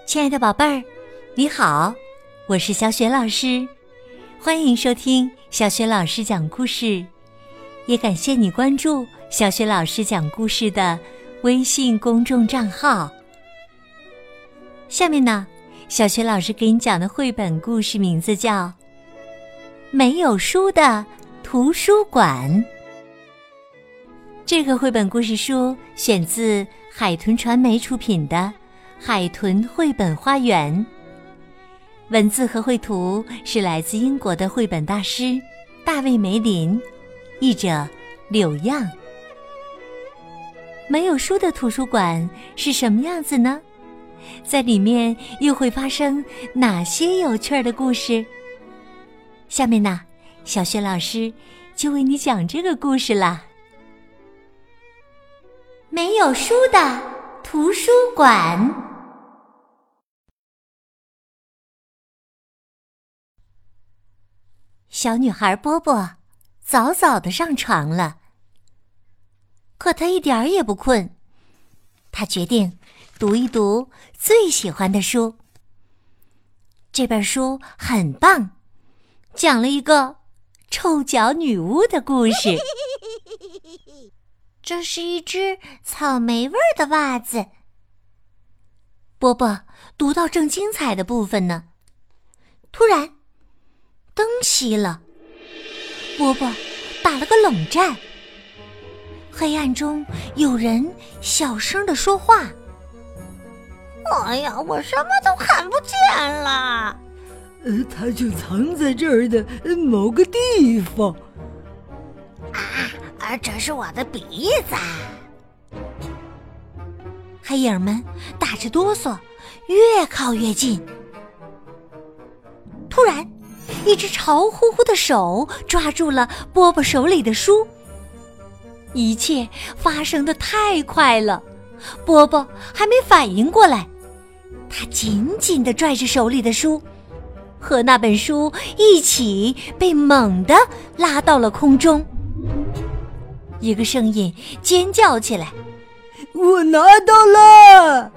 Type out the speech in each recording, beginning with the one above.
亲爱的宝贝儿，你好，我是小雪老师，欢迎收听小雪老师讲故事，也感谢你关注小雪老师讲故事的微信公众账号。下面呢，小雪老师给你讲的绘本故事名字叫《没有书的图书馆》。这个绘本故事书选自海豚传媒出品的《海豚绘本花园》，文字和绘图是来自英国的绘本大师大卫·梅林，译者柳样。没有书的图书馆是什么样子呢？在里面又会发生哪些有趣的故事？下面呢，小雪老师就为你讲这个故事啦。没有书的图书馆。小女孩波波早早地上床了，可她一点儿也不困。她决定读一读最喜欢的书。这本书很棒，讲了一个臭脚女巫的故事。这是一只草莓味儿的袜子。波波读到正精彩的部分呢，突然灯熄了，波波打了个冷战。黑暗中有人小声地说话： 哎呀，我什么都看不见了。 它就藏在这儿的某个地方。 这是我的鼻子。 黑影们打着哆嗦，越靠越近。突然，一只潮乎乎的手抓住了波波手里的书。一切发生得太快了，波波还没反应过来，他紧紧地拽着手里的书，和那本书一起被猛地拉到了空中。一个声音尖叫起来： 我拿到了！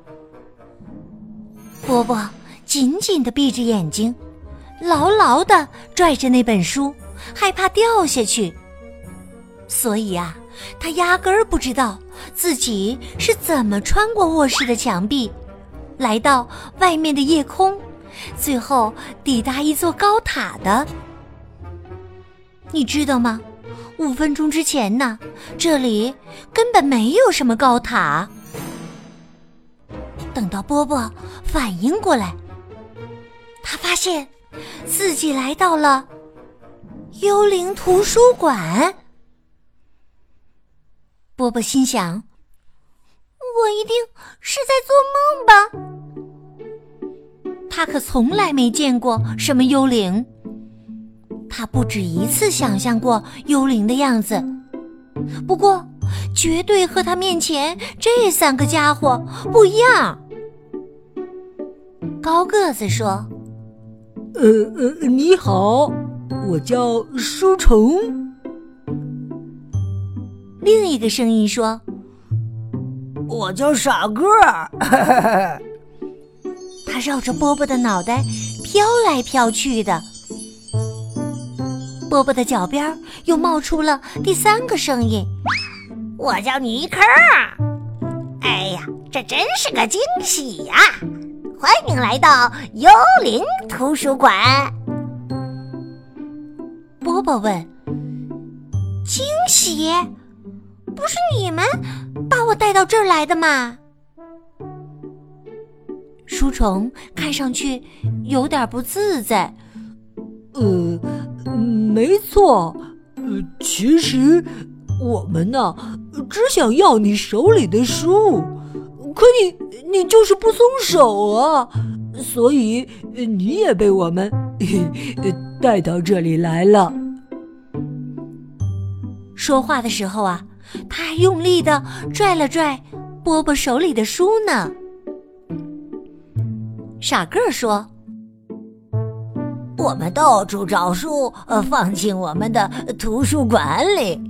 波波紧紧地闭着眼睛，牢牢地拽着那本书，害怕掉下去。所以啊，他压根儿不知道自己是怎么穿过卧室的墙壁，来到外面的夜空，最后抵达一座高塔的。你知道吗？5分钟之前呢，这里根本没有什么高塔。等到波波反应过来，他发现自己来到了幽灵图书馆。波波心想，我一定是在做梦吧。他可从来没见过什么幽灵。他不止一次想象过幽灵的样子，不过绝对和他面前这3个家伙不一样。高个子说： 你好，我叫书虫。 另一个声音说： 我叫傻个儿。 他绕着波波的脑袋飘来飘去的。波波的脚边又冒出了第3个声音： 我叫尼克。哎呀，这真是个惊喜呀！欢迎来到幽灵图书馆。 波波问：惊喜？不是你们把我带到这儿来的吗？书虫看上去有点不自在。 没错，其实我们呢，只想要你手里的书，可你就是不松手啊，所以你也被我们带到这里来了。 说话的时候啊，他还用力地拽了拽波波手里的书呢。傻个儿说： 我们到处找书，放进我们的图书馆里。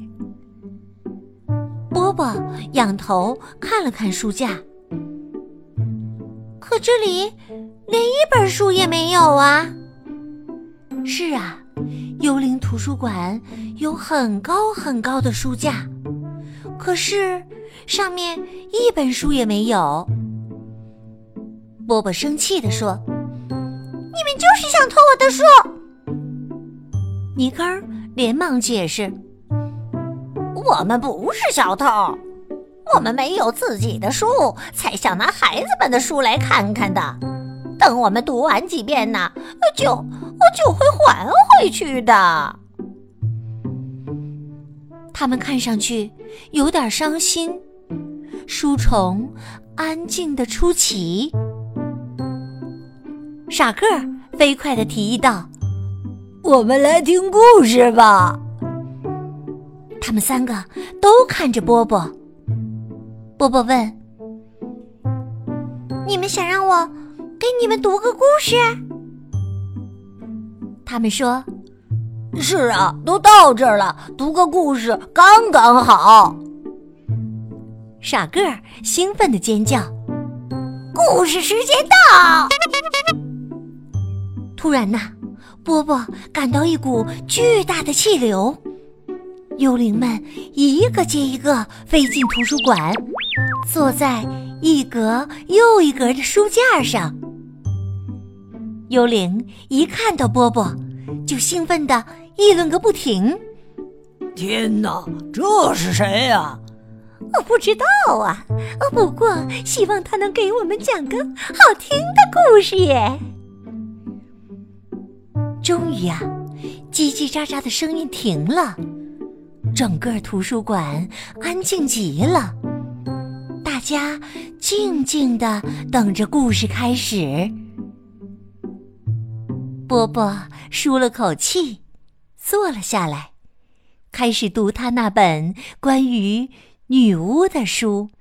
波波仰头看了看书架， 可这里连一本书也没有啊。是啊，幽灵图书馆有很高很高的书架，可是上面一本书也没有。波波生气地说：“你们就是想偷我的书！”尼克儿连忙解释：“ 我们不是小偷，我们没有自己的书，才想拿孩子们的书来看看的。等我们读完几遍呢，就会还回去的。” 他们看上去有点伤心。书虫安静地出奇。傻个儿飞快地提议道：“ 我们来听故事吧。” 他们三个都看着波波。波波问：“你们想让我给你们读个故事？”他们说：“ 是啊，都到这儿了，读个故事刚刚好。” 傻个儿兴奋地尖叫：“ 故事时间到！” 突然呐，波波感到一股巨大的气流，幽灵们一个接一个飞进图书馆，坐在一格又一格的书架上。幽灵一看到波波，就兴奋地议论个不停：“ 天哪，这是谁呀？”“ 我不知道啊，不过希望他能给我们讲个好听的故事耶。”终于啊，叽叽喳喳的声音停了，整个图书馆安静极了，大家静静地等着故事开始。波波舒了口气，坐了下来，开始读他那本关于女巫的书。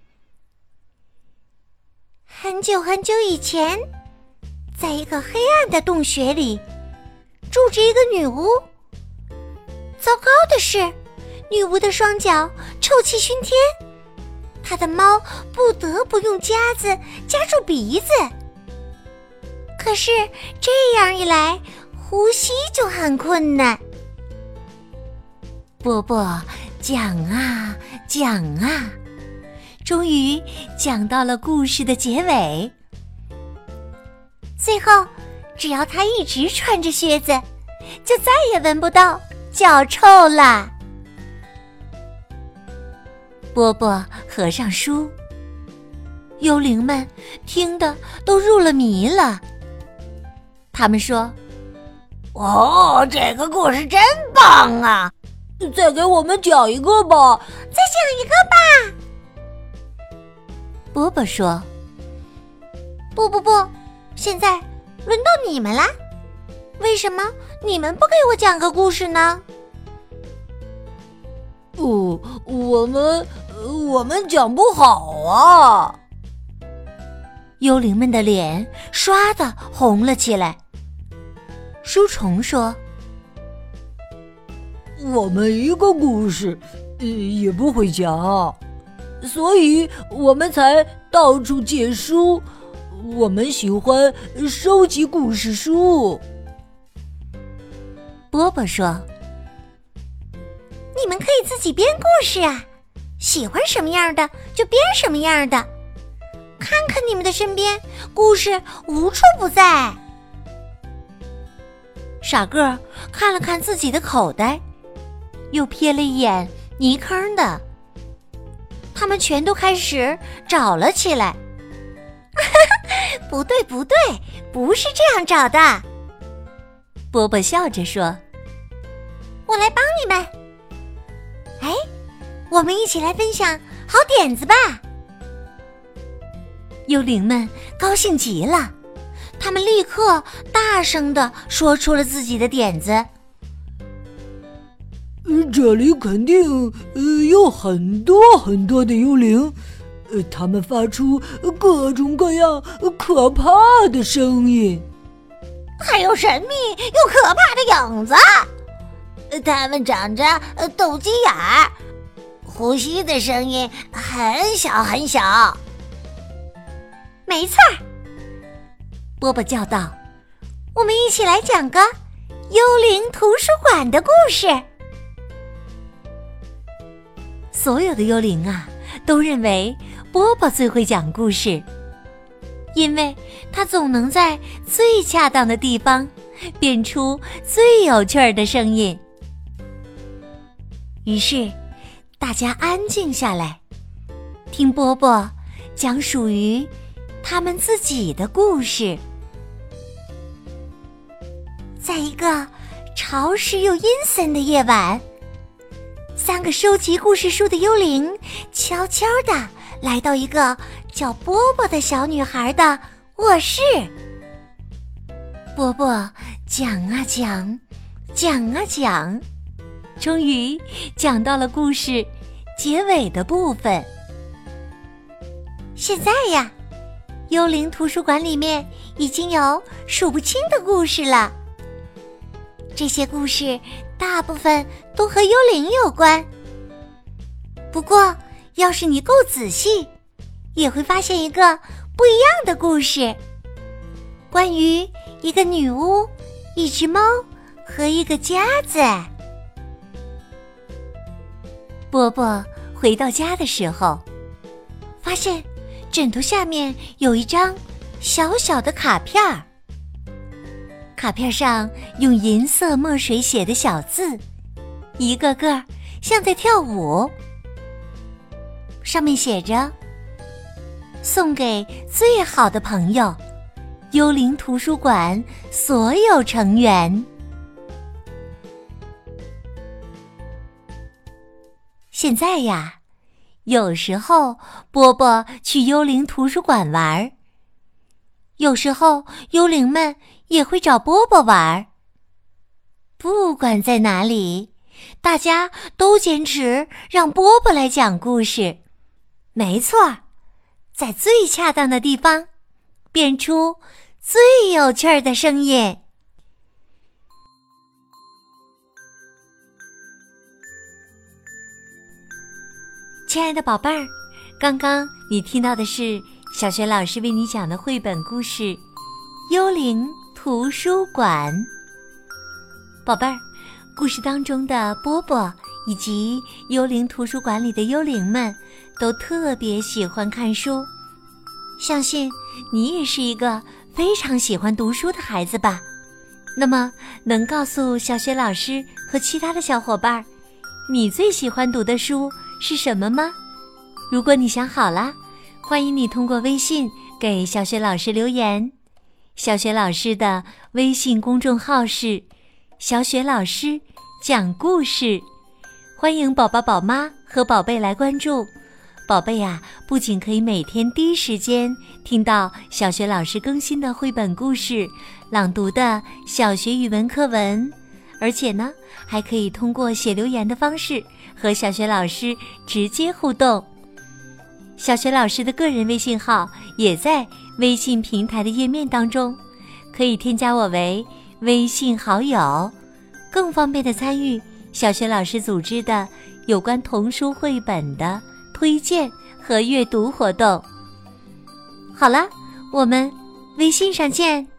很久很久以前，在一个黑暗的洞穴里，住着一个女巫。糟糕的是，女巫的双脚臭气熏天，她的猫不得不用夹子夹住鼻子。可是这样一来，呼吸就很困难。波波讲啊讲啊，终于讲到了故事的结尾。最后，只要他一直穿着靴子，就再也闻不到脚臭了。波波合上书，幽灵们听得都入了迷了。他们说：“ 哦，这个故事真棒啊！ 再给我们讲一个吧。”“ 再讲一个吧。”波波说。“不，现在轮到你们啦！为什么你们不给我讲个故事呢？”“ 我们讲不好啊。” 幽灵们的脸唰地红了起来。书虫说：“ 我们一个故事也不会讲，所以我们才到处借书。我们喜欢收集故事书。” 波波说：“你们可以自己编故事啊，喜欢什么样的就编什么样的。看看你们的身边，故事无处不在。”傻个儿看了看自己的口袋，又瞥了一眼泥坑的，他们全都开始找了起来。不对，不是这样找的。波波笑着说：“我来帮你们。哎，我们一起来分享好点子吧。”幽灵们高兴极了，他们立刻大声地说出了自己的点子。 这里肯定有很多很多的幽灵，他们发出各种各样可怕的声音， 还有神秘又可怕的影子。它们长着斗鸡眼儿，呼吸的声音很小很小。 没错， 波波叫道：“我们一起来讲个幽灵图书馆的故事。”所有的幽灵啊，都认为波波最会讲故事，因为他总能在最恰当的地方变出最有趣儿的声音。于是，大家安静下来，听波波讲属于他们自己的故事。在一个潮湿又阴森的夜晚，3个收集故事书的幽灵悄悄地来到一个叫波波的小女孩的卧室。波波讲啊讲，讲啊讲，终于讲到了故事结尾的部分。现在呀，幽灵图书馆里面已经有数不清的故事了。这些故事大部分都和幽灵有关，不过要是你够仔细，也会发现一个不一样的故事，关于一个女巫、一只猫和一个夹子。波波回到家的时候，发现枕头下面有一张小小的卡片儿，卡片上用银色墨水写的小字，一个个像在跳舞。上面写着：送给最好的朋友，幽灵图书馆所有成员。现在呀，有时候波波去幽灵图书馆玩，有时候幽灵们也会找波波玩。不管在哪里，大家都坚持让波波来讲故事。没错，在最恰当的地方，变出最有趣儿的声音。亲爱的宝贝儿，刚刚你听到的是小学老师为你讲的绘本故事《幽灵图书馆》。宝贝儿，故事当中的波波以及幽灵图书馆里的幽灵们都特别喜欢看书，相信你也是一个非常喜欢读书的孩子吧？那么能告诉小学老师和其他的小伙伴，你最喜欢读的书是什么吗？如果你想好了，欢迎你通过微信给小学老师留言。小学老师的微信公众号是小雪老师讲故事，欢迎宝宝宝妈和宝贝来关注。宝贝呀，不仅可以每天第一时间听到小学老师更新的绘本故事、朗读的小学语文课文，而且呢，还可以通过写留言的方式和小学老师直接互动。小学老师的个人微信号也在微信平台的页面当中，可以添加我为微信好友，更方便的参与小学老师组织的有关童书绘本的推荐和阅读活动。好了，我们微信上见。